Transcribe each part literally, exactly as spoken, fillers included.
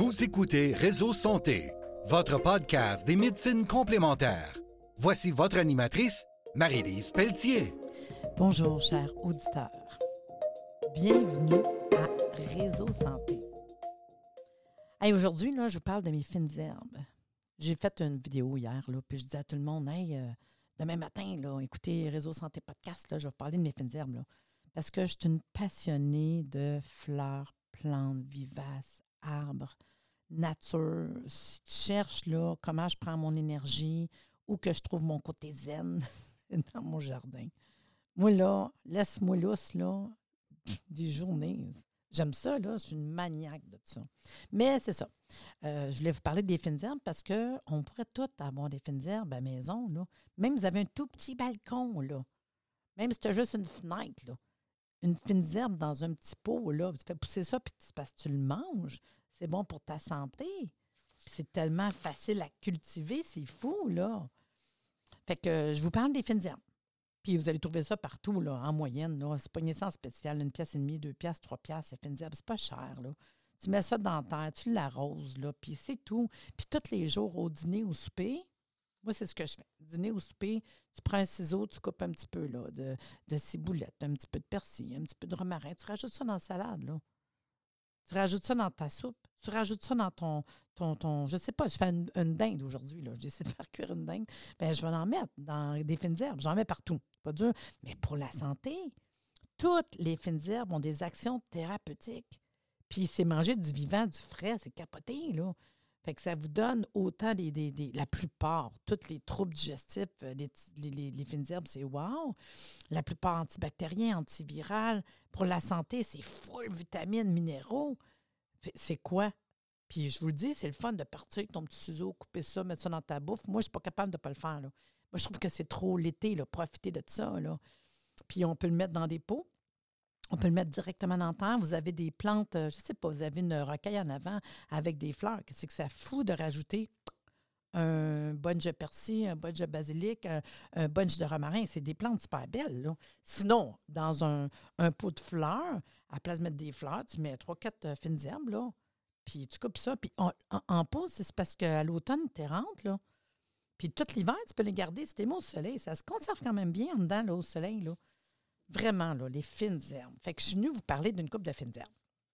Vous écoutez Réseau Santé, votre podcast des médecines complémentaires. Voici votre animatrice, Marie-Lise Pelletier. Bonjour, chers auditeurs. Bienvenue à Réseau Santé. Hey, aujourd'hui, là, je vous parle de mes fines herbes. J'ai fait une vidéo hier, là, puis je disais à tout le monde, hey, euh, demain matin, là, écoutez Réseau Santé Podcast, là, je vais vous parler de mes fines herbes. Là, parce que je suis une passionnée de fleurs, plantes, vivaces, arbres, nature. Si tu cherches là, comment je prends mon énergie ou que je trouve mon côté zen dans mon jardin. Moi, là, laisse-moi lousse, là, des journées. J'aime ça, là. Je suis une maniaque de ça. Mais c'est ça. Euh, je voulais vous parler des fines herbes parce qu'on pourrait tous avoir des fines herbes à la maison, là. Même si vous avez un tout petit balcon, là. Même si tu as juste une fenêtre, là. Une fine herbe dans un petit pot, là. Tu fais pousser ça, puis parce que tu le manges. C'est bon pour ta santé. Puis c'est tellement facile à cultiver, c'est fou, là. Fait que euh, je vous parle des fines herbes. Puis vous allez trouver ça partout, là, en moyenne. Là. C'est pas une essence spéciale, une pièce et demie, deux pièces, trois pièces, les fines herbes. C'est pas cher, là. Tu mets ça dans la terre, tu l'arroses, là, puis c'est tout. Puis tous les jours, au dîner, au souper, moi, c'est ce que je fais. Dîner ou souper, tu prends un ciseau, tu coupes un petit peu là, de, de ciboulette, un petit peu de persil, un petit peu de romarin. Tu rajoutes ça dans la salade, là. Tu rajoutes ça dans ta soupe. Tu rajoutes ça dans ton, ton, ton je sais pas, je fais une, une dinde aujourd'hui, là. J'essaie de faire cuire une dinde. Bien, je vais en mettre dans des fines herbes. J'en mets partout. C'est pas dur. Mais pour la santé, toutes les fines herbes ont des actions thérapeutiques. Puis c'est manger du vivant, du frais, c'est capoté, là. Fait que ça vous donne autant des, des, des la plupart, tous les troubles digestifs, les, les, les, les fines herbes, c'est wow. La plupart antibactériens, antivirales. Pour la santé, c'est full vitamines, minéraux. C'est quoi? Puis je vous le dis, c'est le fun de partir avec ton petit ciseau, couper ça, mettre ça dans ta bouffe. Moi, je ne suis pas capable de ne pas le faire, là. Moi, je trouve que c'est trop l'été, là, profiter de ça, là. Puis on peut le mettre dans des pots. On peut le mettre directement dans la terre. Vous avez des plantes, je ne sais pas, vous avez une rocaille en avant avec des fleurs. Qu'est-ce que ça fout de rajouter un bunch de persil, un bunch de basilic, un, un bunch de romarin? C'est des plantes super belles, là. Sinon, dans un, un pot de fleurs, à la place de mettre des fleurs, tu mets trois, quatre euh, fines herbes, là, puis tu coupes ça. Puis en, en, en pot, c'est parce qu'à l'automne, tu rentres, là. Puis tout l'hiver, tu peux les garder. Si tu au soleil, ça se conserve quand même bien en dedans, là, au soleil, là. Vraiment, là, les fines herbes. Fait que je suis venue vous parler d'une coupe de fines herbes.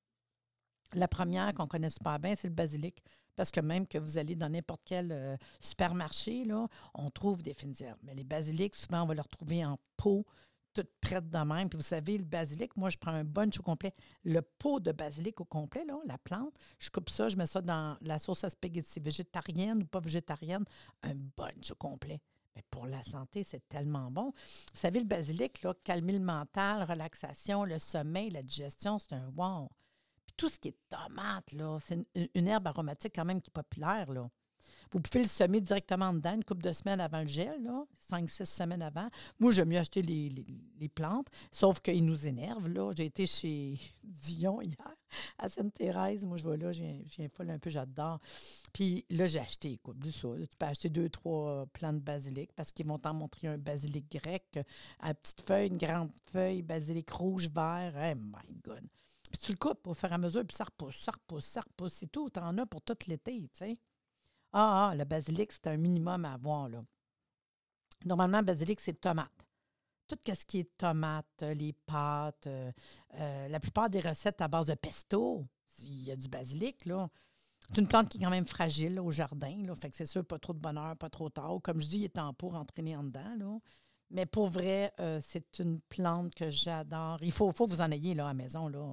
La première qu'on connaît super bien, c'est le basilic. Parce que même que vous allez dans n'importe quel euh, supermarché, là, on trouve des fines herbes. Mais les basilics, souvent, on va les retrouver en pot, toutes prêtes de même. Puis vous savez, le basilic, moi, je prends un bunch au complet. Le pot de basilic au complet, là, la plante, je coupe ça, je mets ça dans la sauce à spaghetti, végétarienne ou pas végétarienne, un bunch au complet. Mais pour la santé, c'est tellement bon. Vous savez, le basilic, là, calmer le mental, relaxation, le sommeil, la digestion, c'est un wow. Puis tout ce qui est tomate, là, c'est une, une herbe aromatique quand même qui est populaire, là. Vous pouvez le semer directement dedans, une couple de semaines avant le gel, là, cinq, six semaines avant. Moi, j'aime mieux acheter les, les, les plantes, sauf qu'ils nous énervent, là. J'ai été chez Dion hier, à Sainte-Thérèse. Moi, je vais là, j'ai un folle un peu, j'adore. Puis là, j'ai acheté, écoute, du ça. Tu peux acheter deux, trois plants de basilic parce qu'ils vont t'en montrer un basilic grec, à petite feuille, une grande feuille, basilic rouge, vert. Oh my God! Puis tu le coupes au fur et à mesure, puis ça repousse, ça repousse, ça repousse. C'est tout. Tu en as pour tout l'été, tu sais. Ah, ah, le basilic, c'est un minimum à avoir, là. Normalement, le basilic, c'est tomate. Tout ce qui est tomate, les pâtes, euh, euh, la plupart des recettes à base de pesto, il y a du basilic, là. C'est une plante qui est quand même fragile là, au jardin, là. Fait que c'est sûr, pas trop de bonheur, pas trop tard. Comme je dis, il est en pot entraîné en dedans, là. Mais pour vrai, euh, c'est une plante que j'adore. Il faut, faut que vous en ayez, là, à la maison, là.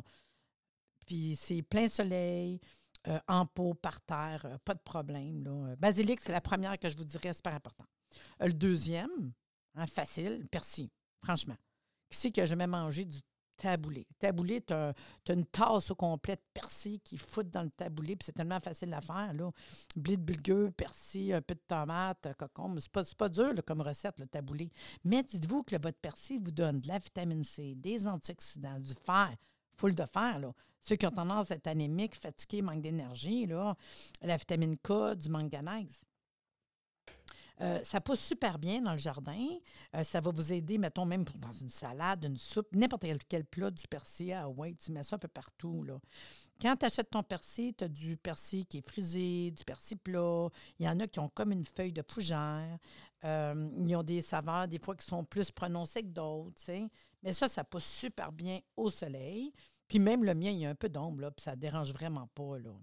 Puis c'est plein soleil. Euh, en pot, par terre, euh, pas de problème, là. Basilic, c'est la première que je vous dirais, super important. Euh, le deuxième, hein, facile, persil, franchement. Qui c'est qui a jamais mangé du taboulé? Le taboulé, tu as une tasse au complet de persil qui fout dans le taboulé, puis c'est tellement facile à faire, là. Blé de bulgur, persil, un peu de tomate, concombre. C'est pas, c'est pas dur là, comme recette, le taboulé. Mais dites-vous que le, votre persil vous donne de la vitamine C, des antioxydants, du fer. Full de fer, là. Ceux qui ont tendance à être anémiques, fatigués, manque d'énergie, là, la vitamine K, du manganèse. Euh, ça pousse super bien dans le jardin. Euh, ça va vous aider, mettons, même pour- dans une salade, une soupe, n'importe quel, quel plat, du persil. Ah ouais, tu mets ça un peu partout, là. Quand tu achètes ton persil, tu as du persil qui est frisé, du persil plat. Il y en a qui ont comme une feuille de fougère. Euh, ils ont des saveurs, des fois, qui sont plus prononcées que d'autres, tu sais. Mais ça, ça pousse super bien au soleil. Puis même le mien, il y a un peu d'ombre, là, puis ça ne dérange vraiment pas, là.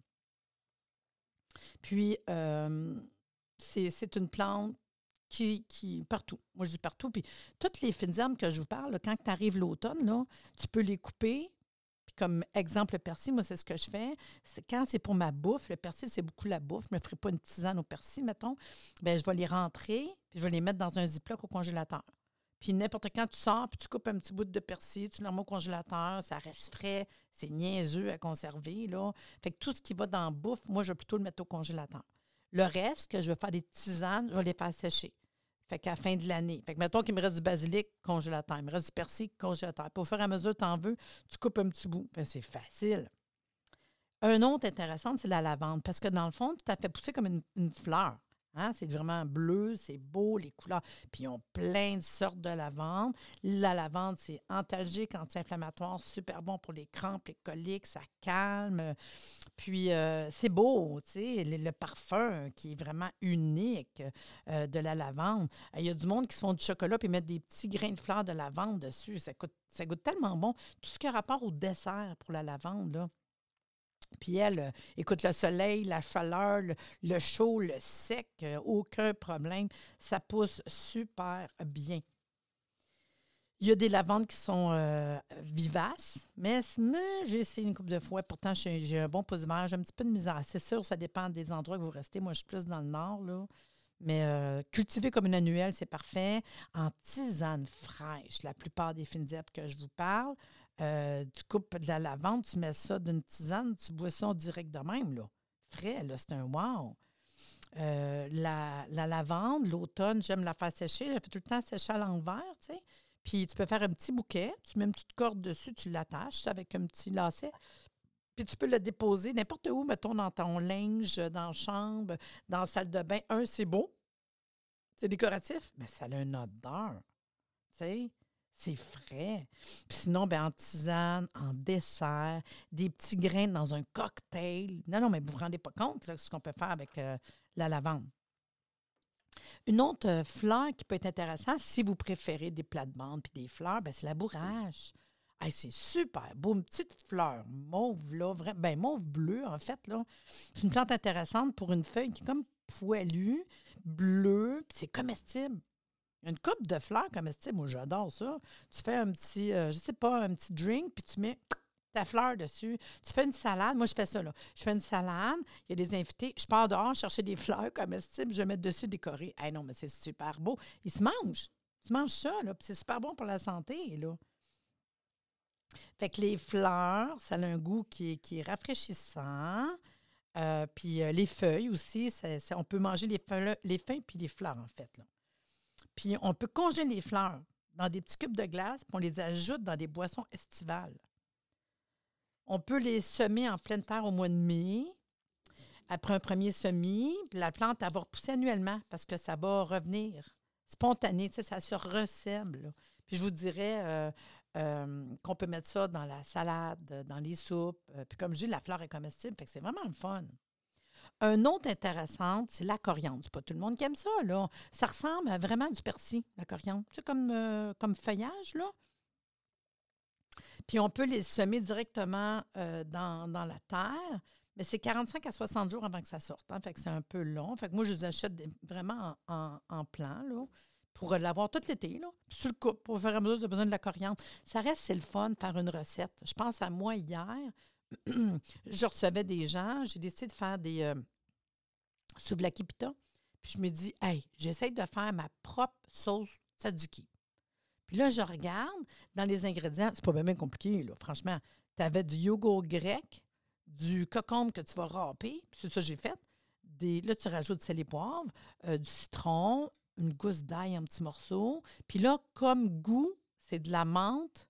Puis, euh, c'est, c'est une plante qui, qui, partout. Moi, je dis partout. Puis, toutes les fines herbes que je vous parle, là, quand tu arrives l'automne, là, tu peux les couper. Puis, comme exemple, le persil, moi, c'est ce que je fais. C'est quand c'est pour ma bouffe, le persil, c'est beaucoup la bouffe. Je ne me ferai pas une tisane au persil, mettons. Bien, je vais les rentrer, puis je vais les mettre dans un ziploc au congélateur. Puis n'importe quand tu sors, puis tu coupes un petit bout de persil, tu le mets au congélateur, ça reste frais, c'est niaiseux à conserver, là. Fait que tout ce qui va dans la bouffe, moi, je vais plutôt le mettre au congélateur. Le reste, que je vais faire des tisanes, je vais les faire sécher. Fait qu'à la fin de l'année. Fait que mettons qu'il me reste du basilic, congélateur. Il me reste du persil, congélateur. Puis au fur et à mesure, tu en veux, tu coupes un petit bout. Ben, c'est facile. Un autre intéressant, c'est la lavande. Parce que dans le fond, tu as fait pousser comme une, une fleur. Hein? C'est vraiment bleu, c'est beau, les couleurs. Puis ils ont plein de sortes de lavande. La lavande, c'est antalgique, anti-inflammatoire, super bon pour les crampes, les coliques, ça calme. Puis euh, c'est beau, tu sais, le, le parfum qui est vraiment unique euh, de la lavande. Il y a du monde qui se font du chocolat puis mettent des petits grains de fleurs de lavande dessus. Ça goûte, ça goûte tellement bon. Tout ce qui a rapport au dessert pour la lavande, là. Puis elle, euh, écoute, le soleil, la chaleur, le, le chaud, le sec, euh, aucun problème. Ça pousse super bien. Il y a des lavandes qui sont euh, vivaces, mais, mais j'ai essayé une couple de fois. Pourtant, j'ai, j'ai un bon pouce vert, j'ai un petit peu de misère. C'est sûr, ça dépend des endroits que vous restez. Moi, je suis plus dans le nord, là. Mais euh, cultiver comme une annuelle, c'est parfait. En tisane fraîche, la plupart des fines herbes que je vous parle, euh, tu coupes de la lavande, tu mets ça d'une tisane, tu bois ça en direct de même, là. Frais, là, c'est un wow. Euh, la, la lavande, l'automne, j'aime la faire sécher. Je la fais tout le temps sécher à l'envers, tu sais. Puis tu peux faire un petit bouquet, tu mets une petite corde dessus, tu l'attaches avec un petit lacet. Puis tu peux le déposer n'importe où, mettons dans ton linge, dans la chambre, dans la salle de bain. Un, c'est beau, c'est décoratif, mais ça a une odeur, tu sais. C'est frais. Puis sinon, ben, en tisane, en dessert, des petits grains dans un cocktail. Non, non, mais vous ne vous rendez pas compte là, ce qu'on peut faire avec euh, la lavande. Une autre euh, fleur qui peut être intéressante, si vous préférez des plates-bandes puis des fleurs, ben, c'est la bourrache. Hey, c'est super beau, une petite fleur mauve, là, vrai, ben, mauve bleu, en fait, là. C'est une plante intéressante pour une feuille qui est comme poilue, bleue, puis c'est comestible. Une coupe de fleurs comestibles, moi, j'adore ça. Tu fais un petit, euh, je sais pas, un petit drink, puis tu mets ta fleur dessus. Tu fais une salade. Moi, je fais ça, là. Je fais une salade, il y a des invités. Je pars dehors chercher des fleurs comestibles, je mets dessus décoré. Eh non, mais c'est super beau. Ils se mangent. Tu manges ça, là, puis c'est super bon pour la santé, là. Fait que les fleurs, ça a un goût qui est, qui est rafraîchissant. Euh, puis euh, les feuilles aussi, c'est, c'est- on peut manger les feuilles, les feuilles puis les fleurs, en fait, là. Puis on peut congeler les fleurs dans des petits cubes de glace, puis on les ajoute dans des boissons estivales. On peut les semer en pleine terre au mois de mai. Après un premier semis, puis la plante, elle va repousser annuellement parce que ça va revenir spontané, tu sais, ça se ressème, là. Puis je vous dirais euh, euh, qu'on peut mettre ça dans la salade, dans les soupes. Euh, puis comme je dis, la fleur est comestible, fait que c'est vraiment le fun. Un autre intéressante, c'est la coriandre. C'est pas tout le monde qui aime ça, là. Ça ressemble à vraiment du persil, la coriandre. Tu sais, comme, euh, comme feuillage, là. Puis on peut les semer directement euh, dans, dans la terre, mais c'est quarante-cinq à soixante jours avant que ça sorte. Hein, fait que c'est un peu long. Fait que moi, je les achète des- vraiment en, en, en plan, là, pour l'avoir tout l'été, là. Puis sur le coupe, pour faire à mesure, j'ai besoin de la coriandre. Ça reste, c'est le fun de faire une recette. Je pense à moi hier, je recevais des gens, j'ai décidé de faire des euh, souvlaki pita. Puis je me dis, hey, j'essaie de faire ma propre sauce tzatziki. Puis là, je regarde dans les ingrédients, c'est pas bien, bien compliqué, là, franchement. Tu avais du yogourt grec, du cocombe que tu vas râper, puis c'est ça que j'ai fait. Des, là, tu rajoutes du sel et poivre, euh, du citron, une gousse d'ail en petits morceaux. Puis là, comme goût, c'est de la menthe,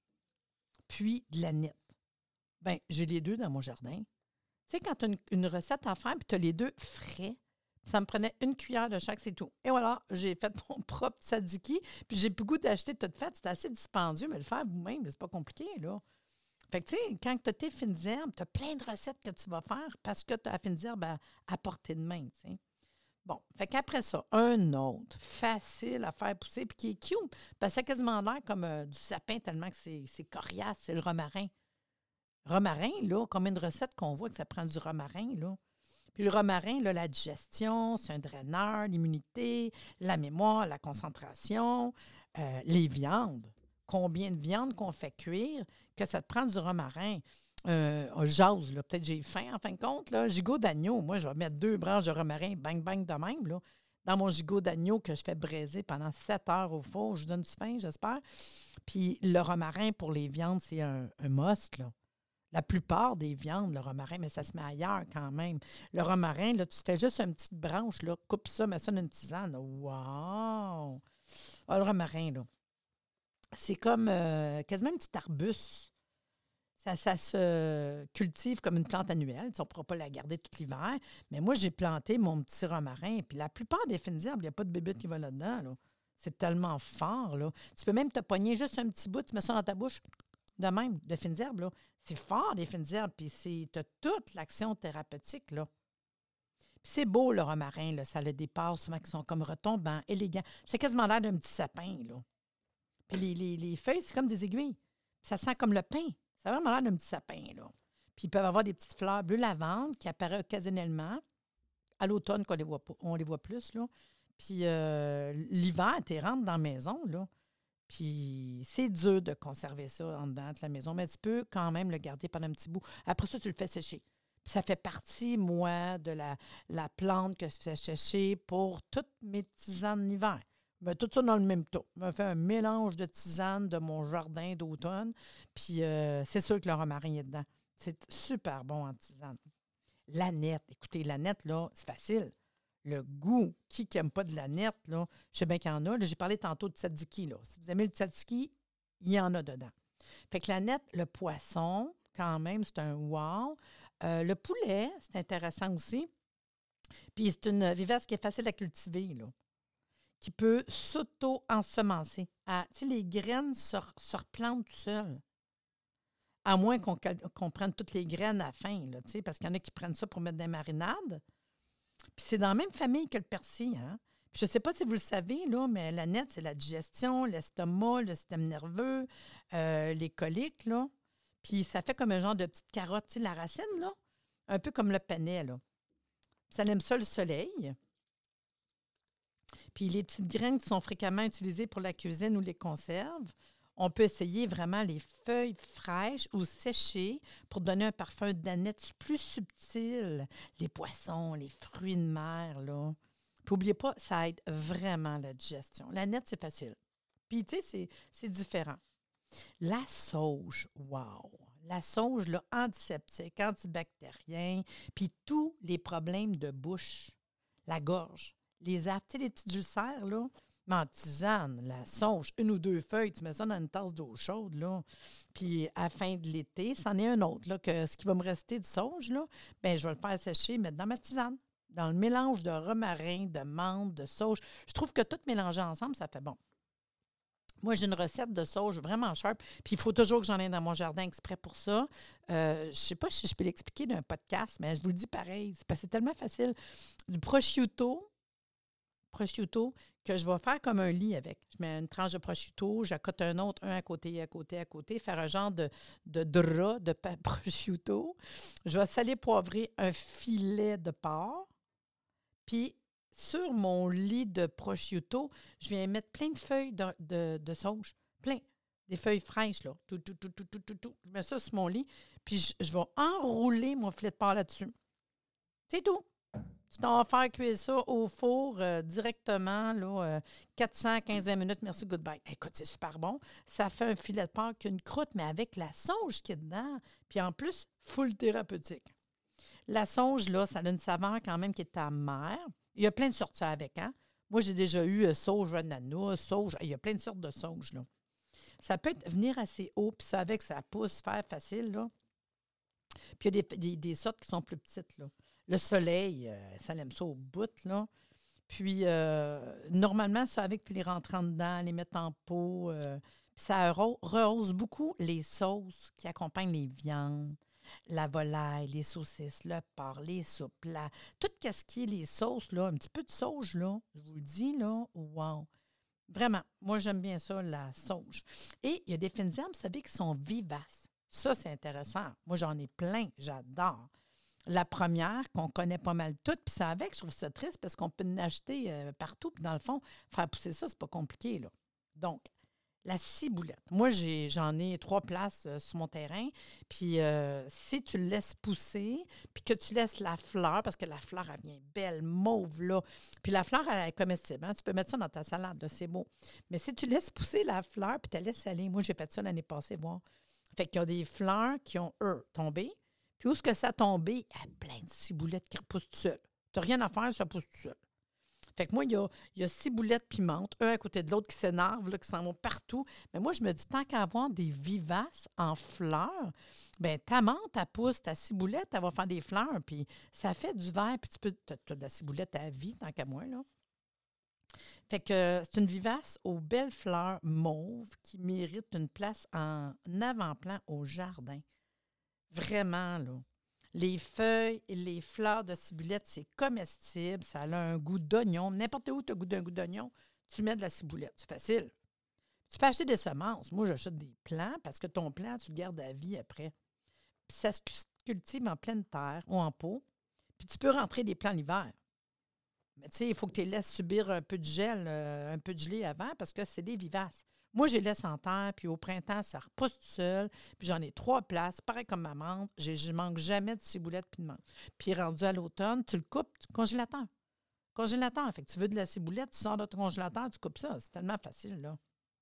puis de l'aneth. Bien, j'ai les deux dans mon jardin. Tu sais, quand tu as une, une recette à faire, puis tu as les deux frais, Ça me prenait une cuillère de chaque, c'est tout. Et voilà, j'ai fait mon propre tzatziki. Puis j'ai plus goût d'acheter tout fait. C'était assez dispendieux, mais le faire vous-même, c'est pas compliqué, là. Fait que, tu sais, quand tu as tes fines herbes, tu as plein de recettes que tu vas faire parce que tu as la fine herbe à, à portée de main, tu sais. Bon, fait qu'après ça, un autre, facile à faire pousser, puis qui est cute, parce que ça a quasiment l'air comme euh, du sapin tellement que c'est, c'est coriace, c'est le romarin. Romarin, là, combien de recettes qu'on voit que ça prend du romarin, là? Puis le romarin, là, la digestion, c'est un draineur, l'immunité, la mémoire, la concentration, euh, les viandes. Combien de viande qu'on fait cuire que ça te prend du romarin? Euh, oh, jase, là, peut-être j'ai faim en fin de compte. Là. Gigot d'agneau, moi, je vais mettre deux branches de romarin, bang, bang de même, là, dans mon gigot d'agneau que je fais braiser pendant sept heures au four. Je donne du faim, j'espère. Puis le romarin pour les viandes, c'est un, un must, là. La plupart des viandes, le romarin, mais ça se met ailleurs quand même. Le romarin, là, tu fais juste une petite branche, là, coupe ça, mets ça dans une tisane. Wow! Ah, le romarin, là, c'est comme euh, quasiment un petit arbuste. Ça, ça se cultive comme une plante annuelle. Tu sais, on ne pourra pas la garder tout l'hiver. Mais moi, j'ai planté mon petit romarin. Puis la plupart des fines herbes, il n'y a pas de bébête qui va là-dedans. Là. C'est tellement fort. Là. Tu peux même te pogner juste un petit bout, tu mets ça dans ta bouche, de même, de fines herbes. Là. C'est fort, des fines herbes. Puis tu as toute l'action thérapeutique. Là. Puis c'est beau, le romarin. Là. Ça le dépasse, souvent qui sont comme retombants, élégants. C'est quasiment l'air d'un petit sapin. Là. Puis les, les, les feuilles, c'est comme des aiguilles. Puis ça sent comme le pain. Ça a vraiment l'air d'un petit sapin, là. Puis ils peuvent avoir des petites fleurs bleu lavande qui apparaissent occasionnellement. À l'automne, qu'on les voit pas, on les voit plus, là. Puis euh, l'hiver, tu rentres dans la maison, là. Puis c'est dur de conserver ça en dedans de la maison, mais tu peux quand même le garder pendant un petit bout. Après ça, tu le fais sécher. Puis ça fait partie, moi, de la, la plante que je fais sécher pour toutes mes tisanes d'hiver. Bien, tout ça dans le même tas. Je me fais un mélange de tisanes de mon jardin d'automne. Puis euh, c'est sûr que le romarin est dedans. C'est super bon en tisane. L'aneth. Écoutez, l'aneth, là, c'est facile. Le goût. Qui n'aime pas de l'aneth, là? Je sais bien qu'il y en a. Là, j'ai parlé tantôt de tzatziki, là. Si vous aimez le tzatziki, il y en a dedans. Fait que l'aneth, le poisson, quand même, c'est un wow. Euh, le poulet, c'est intéressant aussi. Puis c'est une vivace qui est facile à cultiver, là, qui peut s'auto-ensemencer. Ah, tu sais, les graines se, se replantent tout seules. À moins qu'on, qu'on prenne toutes les graines à la fin, là, tu sais, parce qu'il y en a qui prennent ça pour mettre des marinades. Puis c'est dans la même famille que le persil, hein? Puis je ne sais pas si vous le savez, là, mais l'aneth, c'est la digestion, l'estomac, le système nerveux, euh, les coliques, là. Puis ça fait comme un genre de petite carotte, tu sais, la racine, là, un peu comme le panais, là. Puis ça aime ça le soleil. Puis les petites graines qui sont fréquemment utilisées pour la cuisine ou les conserves, on peut essayer vraiment les feuilles fraîches ou séchées pour donner un parfum d'aneth plus subtil. Les poissons, les fruits de mer, là. Puis n'oubliez pas, ça aide vraiment la digestion. L'aneth, c'est facile. Puis, tu sais, c'est, c'est différent. La sauge, wow! La sauge, là, antiseptique, antibactérien, puis tous les problèmes de bouche, la gorge, les aftes, tu sais, les petits ulcères, là, mais en tisane, la sauge, une ou deux feuilles, tu mets ça dans une tasse d'eau chaude, là, puis à la fin de l'été, c'en est un autre, là, que ce qui va me rester de sauge, là, bien, je vais le faire sécher, mettre dans ma tisane, dans le mélange de romarin, de menthe, de sauge. Je trouve que tout mélangé ensemble, ça fait bon. Moi, j'ai une recette de sauge vraiment sharp, puis il faut toujours que j'en ai dans mon jardin exprès pour ça. Euh, je ne sais pas si je peux l'expliquer d'un podcast, mais je vous le dis pareil, c'est parce que c'est tellement facile. Du prosciutto, prosciutto, que je vais faire comme un lit avec. Je mets une tranche de prosciutto, j'accote un autre, un à côté, à côté, à côté, faire un genre de, de drap de prosciutto. Je vais saler, poivrer un filet de porc, puis sur mon lit de prosciutto, je viens mettre plein de feuilles de, de, de sauge. Plein. Des feuilles fraîches, là. Tout, tout, tout, tout, tout, tout, tout. Je mets ça sur mon lit, puis je, je vais enrouler mon filet de porc là-dessus. C'est tout. Tu t'en vas faire cuire ça au four euh, directement, là, euh, quatre cents quinze vingt minutes, merci, goodbye. Écoute, c'est super bon. Ça fait un filet de porc qui a une croûte, mais avec la sauge qui est dedans. Puis en plus, full thérapeutique. La sauge, là, ça a une saveur quand même qui est amère. Il y a plein de sortes ça avec, hein? Moi, j'ai déjà eu euh, sauge ananas, sauge. Il y a plein de sortes de sauge, là. Ça peut être, venir assez haut, puis ça avec, ça pousse, faire facile, là. Puis il y a des, des, des sortes qui sont plus petites, là. Le soleil, euh, ça aime ça au bout, là. Puis, euh, normalement, ça avec puis les rentrer en dedans, les mettre en pot. Euh, puis ça re- rehausse beaucoup les sauces qui accompagnent les viandes, la volaille, les saucisses, le porc, les soupes, la, tout ce qui est les sauces, là, un petit peu de sauge, là, je vous le dis, là, wow. Vraiment, moi, j'aime bien ça, la sauge. Et il y a des fines herbes, vous savez, qui sont vivaces. Ça, c'est intéressant. Moi, j'en ai plein, j'adore. La première, qu'on connaît pas mal toutes, puis ça avec, je trouve ça triste parce qu'on peut en acheter euh, partout. Puis dans le fond, faire pousser ça, c'est pas compliqué, là. Donc, la ciboulette. Moi, j'ai, j'en ai trois places euh, sur mon terrain. Puis euh, si tu le laisses pousser, puis que tu laisses la fleur, parce que la fleur, elle vient belle, mauve, là. Puis la fleur, elle est comestible. Hein? Tu peux mettre ça dans ta salade, là, c'est beau. Mais si tu laisses pousser la fleur, puis tu la laisses aller. Moi, j'ai fait ça l'année passée, voir. Fait qu'il y a des fleurs qui ont, eux, tombé. Puis où est-ce que ça a tombé? Il y a plein de ciboulettes qui repoussent tout seul. Tu n'as rien à faire, ça pousse tout seul. Fait que moi, il y a, il y a ciboulettes pimentes, un à côté de l'autre qui s'énervent, là, qui s'en vont partout. Mais moi, je me dis, tant qu'à avoir des vivaces en fleurs, bien, ta menthe, ta pousse, ta ciboulette, elle va faire des fleurs, puis ça fait du vert, puis tu peux, tu as de la ciboulette à vie, tant qu'à moi, là. Fait que euh, c'est une vivace aux belles fleurs mauves qui mérite une place en avant-plan au jardin. Vraiment, là. Les feuilles et les fleurs de ciboulette, c'est comestible. Ça a un goût d'oignon. N'importe où tu as goût d'un goût d'oignon, tu mets de la ciboulette. C'est facile. Tu peux acheter des semences. Moi, j'achète des plants parce que ton plant, tu le gardes à vie après. Puis ça se cultive en pleine terre ou en pot. Puis tu peux rentrer des plants l'hiver. Mais tu sais, il faut que tu les laisses subir un peu de gel, euh, un peu de gelée avant parce que c'est des vivaces. Moi, je les laisse en terre, puis au printemps, ça repousse tout seul. Puis j'en ai trois places, pareil comme ma menthe. J'ai- Je ne manque jamais de ciboulette puis de menthe. Puis rendu à l'automne, tu le coupes, tu congélateur. Congélateur. Fait que tu veux de la ciboulette, tu sors de ton congélateur, tu coupes ça. C'est tellement facile, là.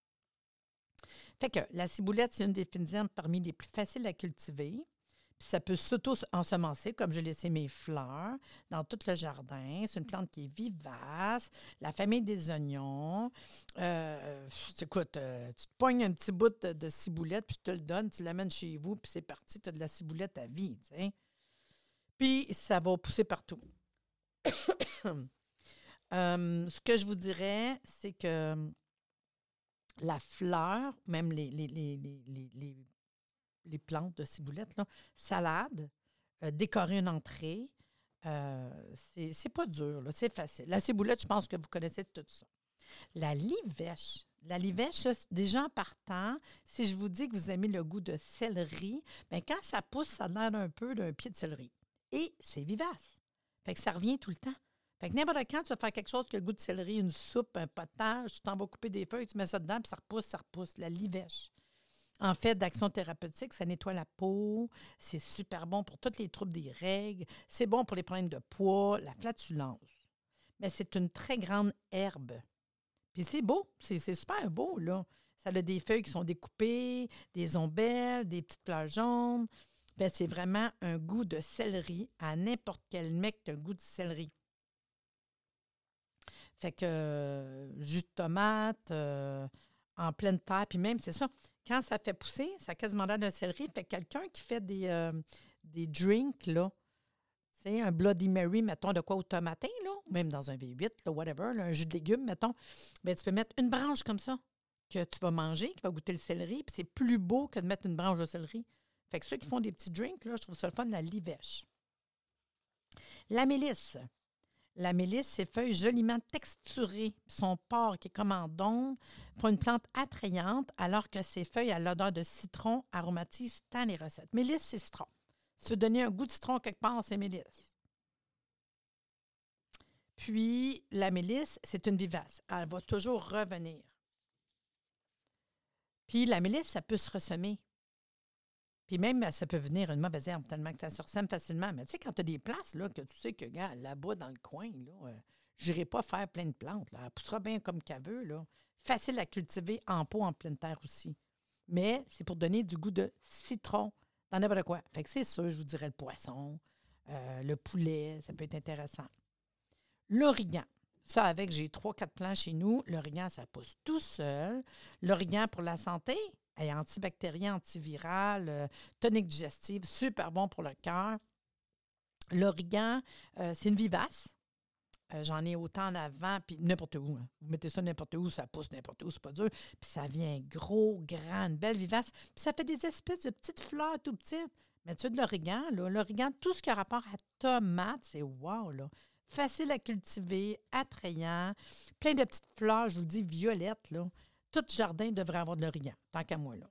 Fait que la ciboulette, c'est une des fines herbes parmi les plus faciles à cultiver. Puis ça peut s'auto-ensemencer, comme j'ai laissé mes fleurs, dans tout le jardin. C'est une plante qui est vivace, la famille des oignons. Euh, écoute, euh, tu te pognes un petit bout de, de ciboulette, puis je te le donne, tu l'amènes chez vous, puis c'est parti, tu as de la ciboulette à vie, tu sais. Puis ça va pousser partout. Euh, ce que je vous dirais, c'est que la fleur, même les, les, les, les, les, les les plantes de ciboulette, là, salade, euh, décorer une entrée, euh, c'est, c'est pas dur, là, c'est facile. La ciboulette, je pense que vous connaissez tout ça. La livèche. La livèche, ça, c'est déjà en partant, si je vous dis que vous aimez le goût de céleri, bien, quand ça pousse, ça a l'air un peu d'un pied de céleri. Et c'est vivace. Fait que ça revient tout le temps. Fait que n'importe quand tu vas faire quelque chose qui a le goût de céleri, une soupe, un potage, tu t'en vas couper des feuilles, tu mets ça dedans, puis ça repousse, ça repousse. La livèche. En fait, d'action thérapeutique, ça nettoie la peau, c'est super bon pour tous les troubles des règles, c'est bon pour les problèmes de poids, la flatulence. Mais c'est une très grande herbe. Puis c'est beau, c'est, c'est super beau, là. Ça a des feuilles qui sont découpées, des ombelles, des petites fleurs jaunes. Bien, c'est vraiment un goût de céleri. À n'importe quel mec, tu as un goût de céleri. Fait que euh, jus de tomate, euh, en pleine terre, puis même, c'est ça, quand ça fait pousser, ça a quasiment l'air d'un céleri. Fait que quelqu'un qui fait des, euh, des drinks, là, tu sais, un Bloody Mary, mettons, de quoi au tomatin, là, ou même dans un V huit, là, whatever, là, un jus de légumes, mettons, bien, tu peux mettre une branche comme ça que tu vas manger, qui va goûter le céleri, puis c'est plus beau que de mettre une branche de céleri. Fait que ceux qui font des petits drinks, là, je trouve ça le fun, la livèche. La mélisse. La mélisse, ses feuilles joliment texturées, son port qui est comme en dombe, font une plante attrayante, alors que ses feuilles à l'odeur de citron aromatisent tant les recettes. Mélisse, c'est citron. Si tu veux donner un goût de citron quelque part, c'est mélisse. Puis, la mélisse, c'est une vivace. Elle va toujours revenir. Puis, la mélisse, ça peut se ressemer. Puis même, ça peut venir une mauvaise herbe tellement que ça se ressème facilement. Mais tu sais, quand tu as des places là, que tu sais que, gars, là-bas, dans le coin, là, euh, je n'irai pas faire plein de plantes. Là. Elle poussera bien comme qu'elle veut. Là. Facile à cultiver en pot, en pleine terre aussi. Mais c'est pour donner du goût de citron dans n'importe quoi. Fait que c'est ça, je vous dirais, le poisson, euh, le poulet, ça peut être intéressant. L'origan. Ça, avec, j'ai trois, quatre plants chez nous. L'origan, ça pousse tout seul. L'origan pour la santé, elle est antibactérien, antiviral, euh, tonique digestive, super bon pour le cœur. L'origan, euh, c'est une vivace. Euh, j'en ai autant en avant, puis n'importe où. Hein. Vous mettez ça n'importe où, ça pousse n'importe où, c'est pas dur. Puis ça vient gros, grand, une belle vivace. Puis ça fait des espèces de petites fleurs tout petites. Mais tu as de l'origan, là. L'origan, tout ce qui a rapport à tomate, c'est wow, là. Facile à cultiver, attrayant, plein de petites fleurs, je vous le dis, violettes, là. Tout jardin devrait avoir de l'origan, tant qu'à moi, là.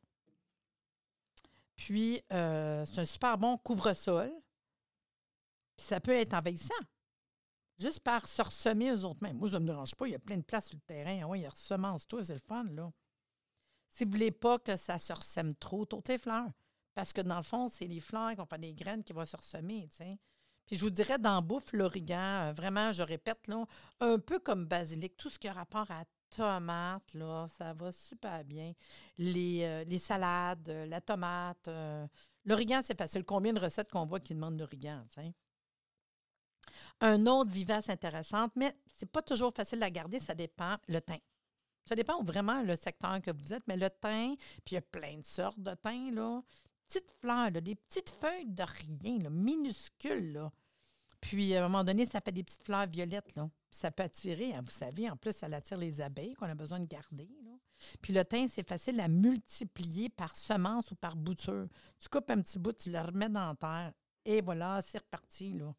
Puis, euh, c'est un super bon couvre-sol. Puis ça peut être envahissant. Juste par se ressemer eux autres mêmes. Moi, ça ne me dérange pas. Il y a plein de place sur le terrain. Ah oui, il y a ressemence-toi, c'est le fun, là. Si vous ne voulez pas que ça se ressème trop, toutes les fleurs. Parce que dans le fond, c'est les fleurs qui ont fait des graines qui vont se ressemer, tu sais. Puis je vous dirais, dans bouffe, l'origan, euh, vraiment, je répète, là, un peu comme basilic, tout ce qui a rapport à tomate, là, ça va super bien. Les, euh, les salades, euh, la tomate, euh, l'origan, c'est facile. Combien de recettes qu'on voit qui demandent l'origan, tu sais? Un autre vivace intéressante, mais c'est pas toujours facile à garder, ça dépend, le thym. Ça dépend vraiment le secteur que vous êtes, mais le thym, puis il y a plein de sortes de thym, là. Petites fleurs, là, des petites feuilles de rien, là, minuscules, là. Puis, à un moment donné, ça fait des petites fleurs violettes, là. Ça peut attirer, hein, vous savez, en plus, ça attire les abeilles qu'on a besoin de garder, là. Puis le thym, c'est facile à multiplier par semence ou par bouture. Tu coupes un petit bout, tu le remets dans la terre, et voilà, c'est reparti, là.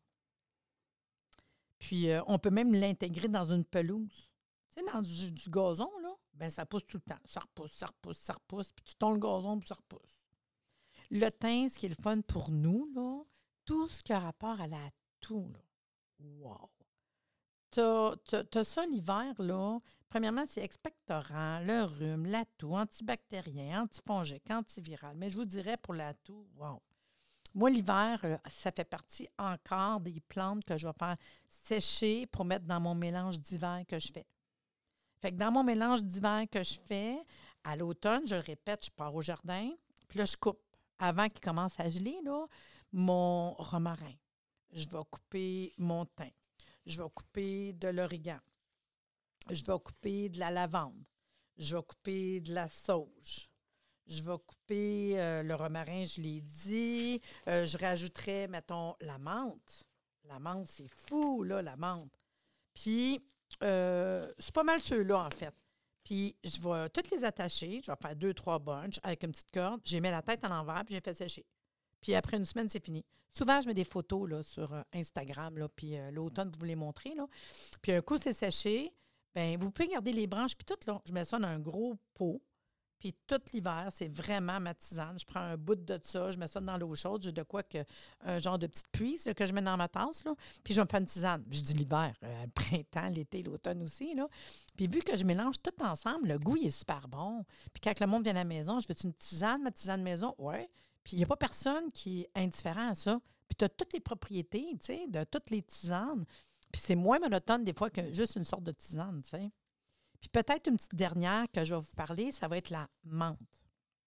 Puis, euh, on peut même l'intégrer dans une pelouse. Tu sais, dans du, du gazon, là, bien, ça pousse tout le temps. Ça repousse, ça repousse, ça repousse, puis tu tournes le gazon, puis ça repousse. Le thym, ce qui est le fun pour nous, là, tout ce qui a rapport à la toux, là. Wow! T'as, t'as, t'as ça l'hiver, là. Premièrement, c'est expectorant, le rhume, la toux, antibactérien, antifongique, antiviral. Mais je vous dirais pour la toux, wow! Moi, l'hiver, ça fait partie encore des plantes que je vais faire sécher pour mettre dans mon mélange d'hiver que je fais. Fait que dans mon mélange d'hiver que je fais, à l'automne, je le répète, je pars au jardin, puis là, je coupe. Avant qu'il commence à geler, là, mon romarin. Je vais couper mon thym. Je vais couper de l'origan. Je vais couper de la lavande. Je vais couper de la sauge. Je vais couper euh, le romarin, je l'ai dit. Euh, je rajouterai, mettons, la menthe. La menthe, c'est fou, là, la menthe. Puis, euh, c'est pas mal ceux-là, en fait. Puis, je vais toutes les attacher. Je vais faire deux, trois bunches avec une petite corde. J'ai mis la tête à l'envers, puis j'ai fait sécher. Puis, après une semaine, c'est fini. Souvent, je mets des photos là, sur euh, Instagram, là, puis euh, l'automne, vous les montrer. Là. Puis, un coup, c'est séché. Bien, vous pouvez garder les branches, puis tout, là. Je mets ça dans un gros pot. Puis tout l'hiver, c'est vraiment ma tisane. Je prends un bout de ça, je mets ça dans l'eau chaude. J'ai de quoi que un genre de petite puise là, que je mets dans ma tasse. Là, puis je vais me faire une tisane. Je dis l'hiver, euh, le printemps, l'été, l'automne aussi. Là. Puis vu que je mélange tout ensemble, le goût il est super bon. Puis quand le monde vient à la maison, je veux-tu une tisane, ma tisane maison? Oui. Puis il n'y a pas personne qui est indifférent à ça. Puis tu as toutes les propriétés, tu sais, de toutes les tisanes. Puis c'est moins monotone des fois que juste une sorte de tisane, tu sais. Puis peut-être une petite dernière que je vais vous parler, ça va être la menthe.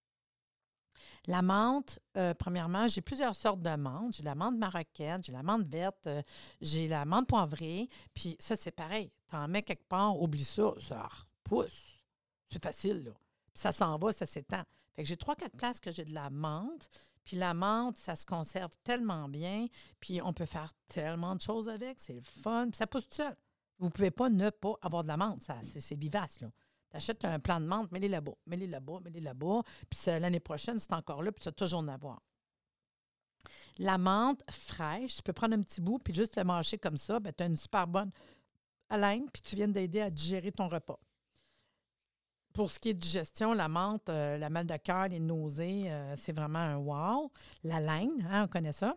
La menthe, euh, premièrement, j'ai plusieurs sortes de menthe. J'ai la menthe marocaine, j'ai la menthe verte, euh, j'ai la menthe poivrée. Puis ça, c'est pareil. Tu en mets quelque part, oublie ça, ça repousse. C'est facile, là. Puis ça s'en va, ça s'étend. Fait que j'ai trois, quatre places que j'ai de la menthe. Puis la menthe, ça se conserve tellement bien. Puis on peut faire tellement de choses avec. C'est le fun. Puis ça pousse tout seul. Vous ne pouvez pas ne pas avoir de la menthe. Ça, c'est, c'est vivace, là. Tu achètes un plant de menthe, mets-les là-bas, mets-les là-bas, mets-les là-bas. Puis ça, l'année prochaine, c'est encore là, puis tu vas toujours en avoir. La menthe fraîche, tu peux prendre un petit bout, puis juste le mâcher comme ça, bien, tu as une super bonne haleine, puis tu viens d'aider à digérer ton repas. Pour ce qui est de digestion, la menthe, euh, la mal de cœur, les nausées, euh, c'est vraiment un wow. La laine, hein, on connaît ça.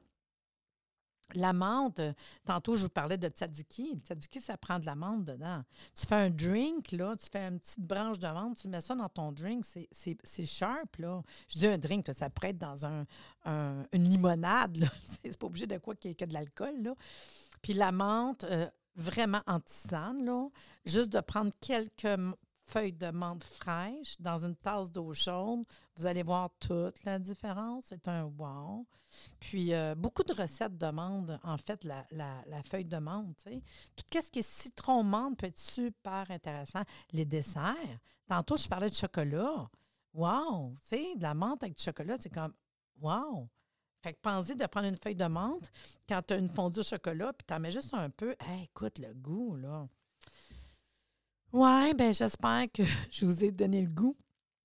La menthe, tantôt, je vous parlais de tzatziki. Le tzatziki, ça prend de la menthe dedans. Tu fais un drink, là, tu fais une petite branche de menthe, tu mets ça dans ton drink, c'est, c'est, c'est sharp, là. Je dis un drink, là, ça pourrait être dans un, un, une limonade, là. C'est pas obligé de quoi qu'il y ait que de l'alcool, là. Puis la menthe, euh, vraiment en tisane, là, juste de prendre quelques feuilles de menthe fraîche dans une tasse d'eau chaude, vous allez voir toute la différence. C'est un wow. Puis, euh, beaucoup de recettes demandent, en fait, la, la, la feuille de menthe. Tu sais. Tout ce qui est citron-menthe peut être super intéressant. Les desserts. Tantôt, je parlais de chocolat. Wow! Tu sais, de la menthe avec du chocolat, c'est comme wow! Fait que pensez de prendre une feuille de menthe quand tu as une fondue au chocolat, puis tu en mets juste un peu. Hey, écoute, le goût, là. Ouais, bien, j'espère que je vous ai donné le goût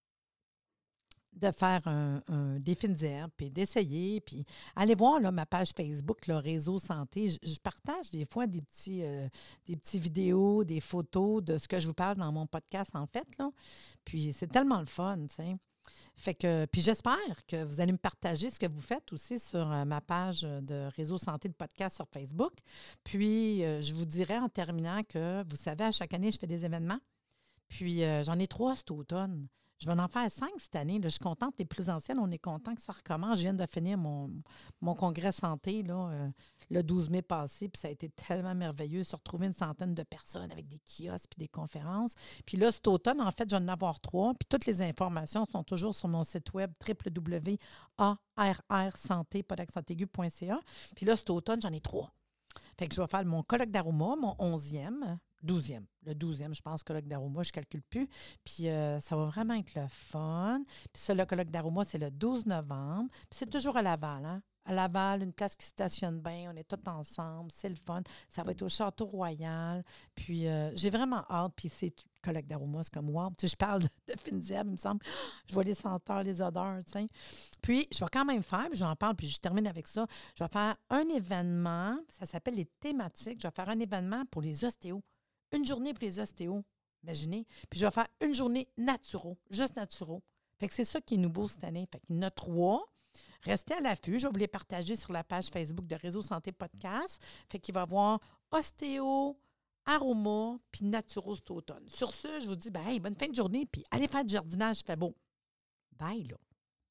de faire un, un des fines herbes, puis d'essayer, puis allez voir là, ma page Facebook, le Réseau Santé. Je, je partage des fois des petits, euh, des petits vidéos, des photos de ce que je vous parle dans mon podcast, en fait, là. Puis c'est tellement le fun, tu sais. Fait que, puis j'espère que vous allez me partager ce que vous faites aussi sur euh, ma page de Réseau Santé de podcast sur Facebook. Puis, euh, je vous dirais en terminant que, vous savez, à chaque année, je fais des événements. Puis, euh, j'en ai trois cet automne. Je vais en faire cinq cette année. Là. Je suis contente. Les présentiels, on est content que ça recommence. Je viens de finir mon, mon congrès santé là, euh, le douze mai passé. Puis ça a été tellement merveilleux. Se retrouver une centaine de personnes avec des kiosques puis des conférences. Puis là, cet automne, en fait, je vais en avoir trois. Puis toutes les informations sont toujours sur mon site web w w w point a r r santé point c a. Puis là, cet automne, j'en ai trois. Fait que je vais faire mon colloque d'aroma, mon onzième. douzième. Le douzième, je pense, colloque d'aroma, je ne calcule plus. Puis euh, ça va vraiment être le fun. Puis ça, le colloque d'aroma, c'est le douze novembre. Puis c'est toujours à Laval, hein? À Laval, une place qui stationne bien. On est tous ensemble. C'est le fun. Ça va être au Château Royal. Puis euh, j'ai vraiment hâte. Puis c'est colloque d'aroma, c'est comme wow. Tu sais, je parle de, de fines herbes, il me semble. Je vois les senteurs, les odeurs, tu sais. Puis je vais quand même faire, puis j'en parle, puis je termine avec ça. Je vais faire un événement. Ça s'appelle les thématiques. Je vais faire un événement pour les ostéos. Une journée pour les ostéos, imaginez. Puis je vais faire une journée naturo, juste naturo. Fait que c'est ça qui est nouveau cette année. Fait qu'il y en a trois. Restez à l'affût. Je vais vous les partager sur la page Facebook de Réseau Santé Podcast. Fait qu'il va y avoir ostéo, aroma, puis naturo cet automne. Sur ce, je vous dis, ben, hey, bonne fin de journée, puis allez faire du jardinage, il fait beau. Bye, là.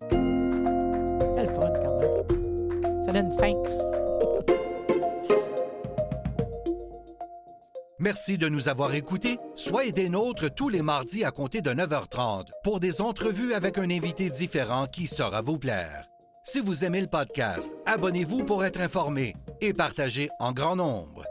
C'est le fun, quand même. Ça donne faim. Merci de nous avoir écoutés. Soyez des nôtres tous les mardis à compter de neuf heures trente pour des entrevues avec un invité différent qui saura vous plaire. Si vous aimez le podcast, abonnez-vous pour être informé et partagez en grand nombre.